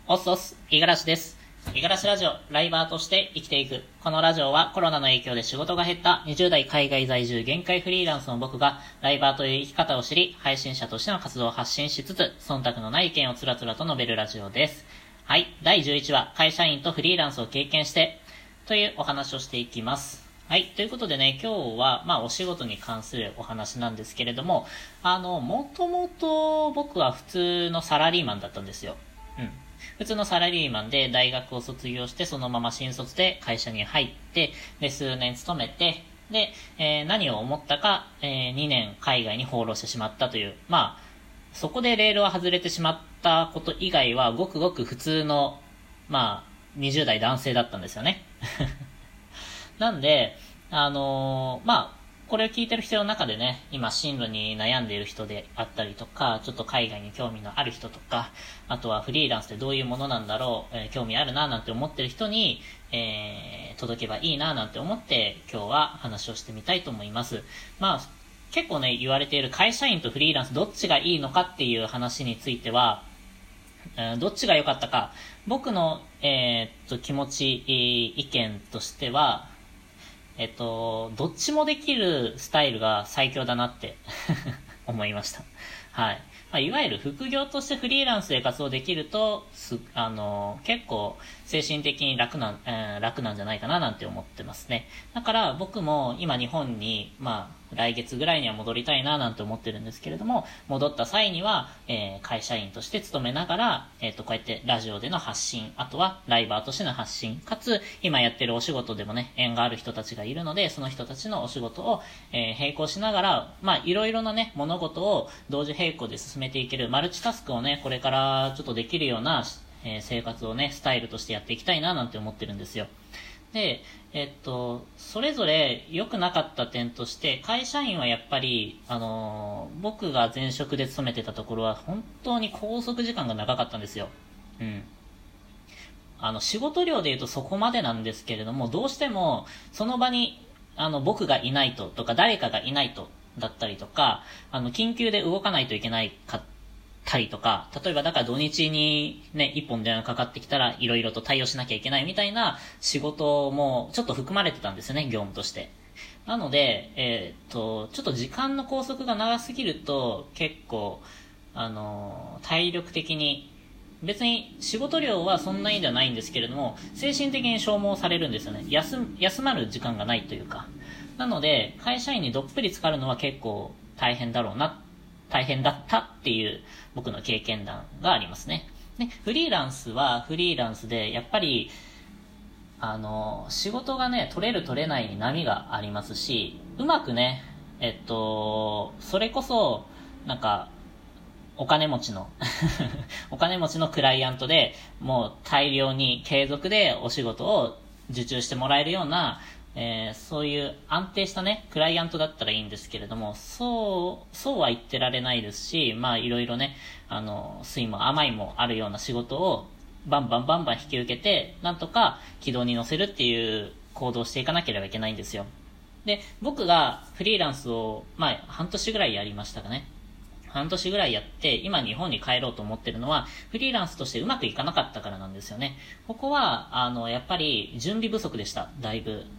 おっそす、五十嵐です。五十嵐ラジオ、ライバーとして生きていく。このラジオはコロナの影響で仕事が減った20代海外在住限界フリーランスの僕がライバーという生き方を知り、配信者としての活動を発信しつつ、忖度のない意見をつらつらと述べるラジオです。はい、第11話、会社員とフリーランスを経験して、というお話をしていきます。はい。ということでね、今日は、お仕事に関するお話なんですけれども、もともと僕は普通のサラリーマンだったんですよ。普通のサラリーマンで大学を卒業して、そのまま新卒で会社に入って、で、数年勤めて、で、何を思ったか、2年海外に放浪してしまったという、そこでレールは外れてしまったこと以外は、ごくごく普通の、20代男性だったんですよね。なんで、これを聞いてる人の中でね、今進路に悩んでいる人であったりとか、ちょっと海外に興味のある人とか、あとはフリーランスってどういうものなんだろう、興味あるななんて思ってる人に、届けばいいななんて思って今日は話をしてみたいと思います。結構ね、言われている会社員とフリーランスどっちがいいのかっていう話については、どっちが良かったか、僕の、気持ち、意見としては、どっちもできるスタイルが最強だなって思いました。はい。いわゆる副業としてフリーランスで活動できると、結構精神的に楽なんじゃないかななんて思ってますね。だから僕も今日本に、来月ぐらいには戻りたいななんて思ってるんですけれども、戻った際には、会社員として勤めながら、こうやってラジオでの発信、あとはライバーとしての発信、かつ今やってるお仕事でもね、縁がある人たちがいるので、その人たちのお仕事を、並行しながら、いろいろなね、物事を同時並行で進めていけるマルチタスクをね、これからちょっとできるような、生活をね、スタイルとしてやっていきたいななんて思ってるんですよ。で、それぞれ良くなかった点として、会社員はやっぱり、僕が前職で勤めてたところは本当に拘束時間が長かったんですよ。仕事量で言うとそこまでなんですけれども、どうしても、その場に、僕がいないと誰かがいないと、だったりとか、緊急で動かないといけないかったりとか、例えばだから土日にね、一本電話かかってきたらいろいろと対応しなきゃいけないみたいな仕事もちょっと含まれてたんですよね、業務として。なので、ちょっと時間の拘束が長すぎると結構、体力的に、別に仕事量はそんなにではないんですけれども、精神的に消耗されるんですよね。休まる時間がないというか。なので、会社員にどっぷり浸かるのは結構大変だったっていう僕の経験談がありますね。で、フリーランスはフリーランスで、やっぱり、仕事がね、取れる取れないに波がありますし、うまくね、それこそ、お金持ちのお金持ちのクライアントで、もう大量に継続でお仕事を受注してもらえるような、そういう安定したね、クライアントだったらいいんですけれども、そうは言ってられないですし、いろいろね、酸いも甘いもあるような仕事を、バンバン引き受けて、なんとか軌道に乗せるっていう行動をしていかなければいけないんですよ。で、僕がフリーランスを、半年ぐらいやりましたかね。半年ぐらいやって、今日本に帰ろうと思ってるのは、フリーランスとしてうまくいかなかったからなんですよね。ここは、やっぱり準備不足でした、だいぶ。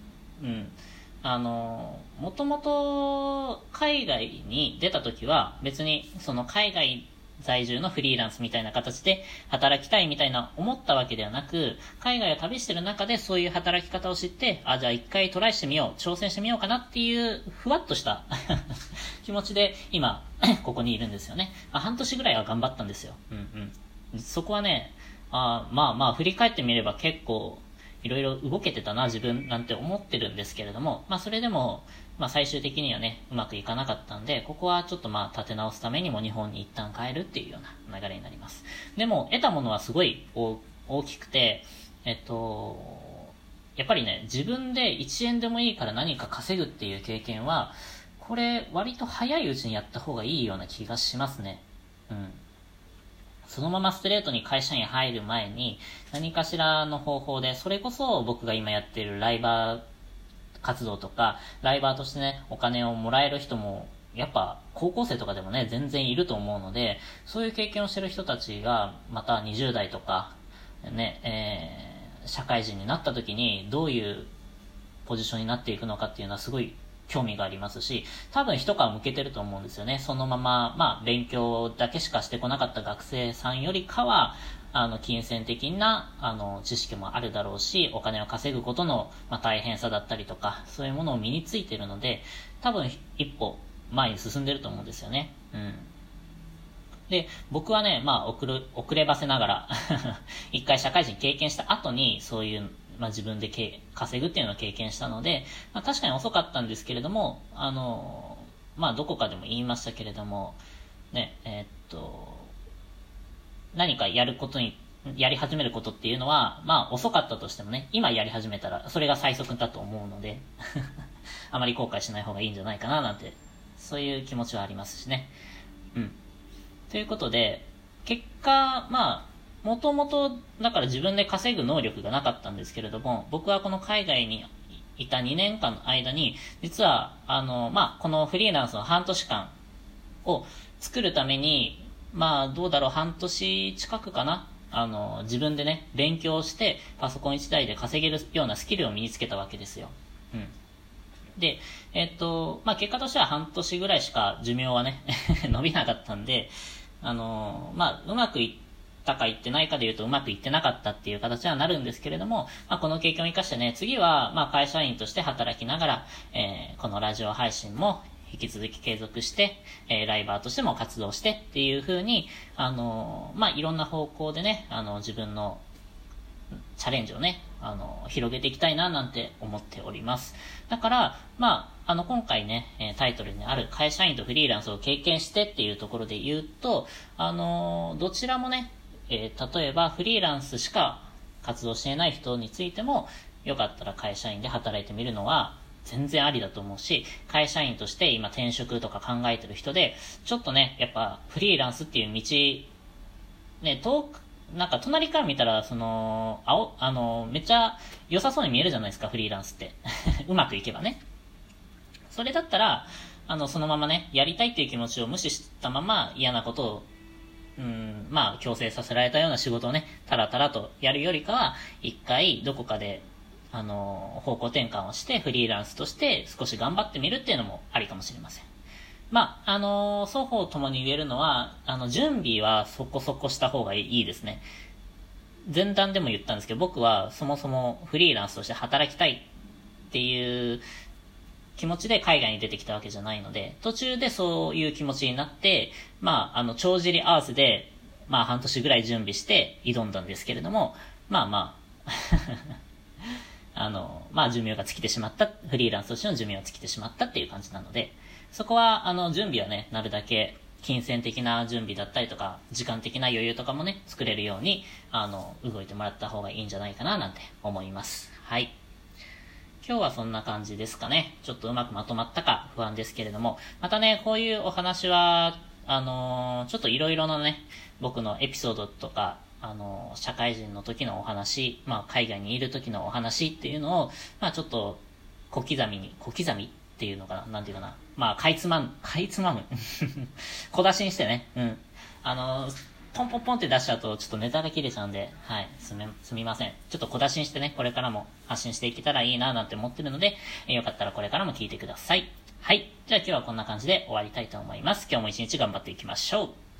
もともと海外に出た時は別にその海外在住のフリーランスみたいな形で働きたいみたいな思ったわけではなく、海外を旅してる中でそういう働き方を知って、じゃあ一回トライしてみよう、挑戦してみようかなっていうふわっとした気持ちで今ここにいるんですよね。半年ぐらいは頑張ったんですよ。そこはね、振り返ってみれば結構いろいろ動けてたな自分なんて思ってるんですけれども、それでも最終的にはねうまくいかなかったんで、ここはちょっと立て直すためにも日本に一旦帰るっていうような流れになります。でも得たものはすごい大きくて、やっぱりね、自分で1円でもいいから何か稼ぐっていう経験は、これ割と早いうちにやった方がいいような気がしますね。そのままストレートに会社に入る前に何かしらの方法で、それこそ僕が今やっているライバー活動とか、ライバーとしてね、お金をもらえる人もやっぱ高校生とかでもね、全然いると思うので、そういう経験をしてる人たちがまた20代とか社会人になった時にどういうポジションになっていくのかっていうのはすごい興味がありますし、多分一皮向けてると思うんですよね。そのまま、勉強だけしかしてこなかった学生さんよりかは、金銭的な、知識もあるだろうし、お金を稼ぐことの、大変さだったりとか、そういうものを身についてるので、多分一歩前に進んでると思うんですよね。で、僕はね、遅ればせながら一回社会人経験した後に、そういう、自分で稼ぐっていうのを経験したので、確かに遅かったんですけれども、どこかでも言いましたけれども、ね、何かやり始めることっていうのは、遅かったとしてもね、今やり始めたら、それが最速だと思うので、あまり後悔しない方がいいんじゃないかな、なんて、そういう気持ちはありますしね。ということで、結果、もともと、だから自分で稼ぐ能力がなかったんですけれども、僕はこの海外にいた2年間の間に、実は、このフリーランスの半年間を作るために、どうだろう、半年近くかな。自分でね、勉強して、パソコン1台で稼げるようなスキルを身につけたわけですよ。で、結果としては半年ぐらいしか寿命はね、伸びなかったんで、うまくいったかいってないかで言うとうまくいってなかったっていう形はなるんですけれども、この経験を生かしてね、次は、会社員として働きながら、このラジオ配信も引き続き継続して、ライバーとしても活動してっていう風に、いろんな方向でね、自分のチャレンジをね、広げていきたいななんて思っております。だから、今回ね、タイトルにある会社員とフリーランスを経験してっていうところで言うと、どちらもね、例えばフリーランスしか活動していない人についても、よかったら会社員で働いてみるのは全然ありだと思うし、会社員として今転職とか考えてる人で、ちょっとね、やっぱフリーランスっていう道、ね、なんか隣から見たら、めっちゃ良さそうに見えるじゃないですか、フリーランスって。うまくいけばね。それだったら、そのままね、やりたいっていう気持ちを無視したまま嫌なことを、強制させられたような仕事をね、たらたらとやるよりかは、一回どこかで、方向転換をしてフリーランスとして少し頑張ってみるっていうのもありかもしれません。双方ともに言えるのは、準備はそこそこした方がいいですね。前段でも言ったんですけど、僕はそもそもフリーランスとして働きたいっていう気持ちで海外に出てきたわけじゃないので、途中でそういう気持ちになって、帳尻合わせで、半年ぐらい準備して挑んだんですけれども、寿命が尽きてしまった、フリーランスとしての寿命が尽きてしまったっていう感じなので、そこは、準備はね、なるだけ、金銭的な準備だったりとか、時間的な余裕とかもね、作れるように、動いてもらった方がいいんじゃないかな、なんて思います。はい。今日はそんな感じですかね。ちょっとうまくまとまったか不安ですけれども、またね、こういうお話は、ちょっといろいろなね、僕のエピソードとか、社会人の時のお話、海外にいる時のお話っていうのを、ちょっと、小刻みっていうのかな、なんていうかな。かいつまむ。小出しにしてね。ポンポンポンって出しちゃうと、ちょっとネタが切れちゃうんで、はい、すみません。ちょっと小出しにしてね、これからも発信していけたらいいななんて思ってるので、よかったらこれからも聞いてください。はい。じゃあ今日はこんな感じで終わりたいと思います。今日も一日頑張っていきましょう。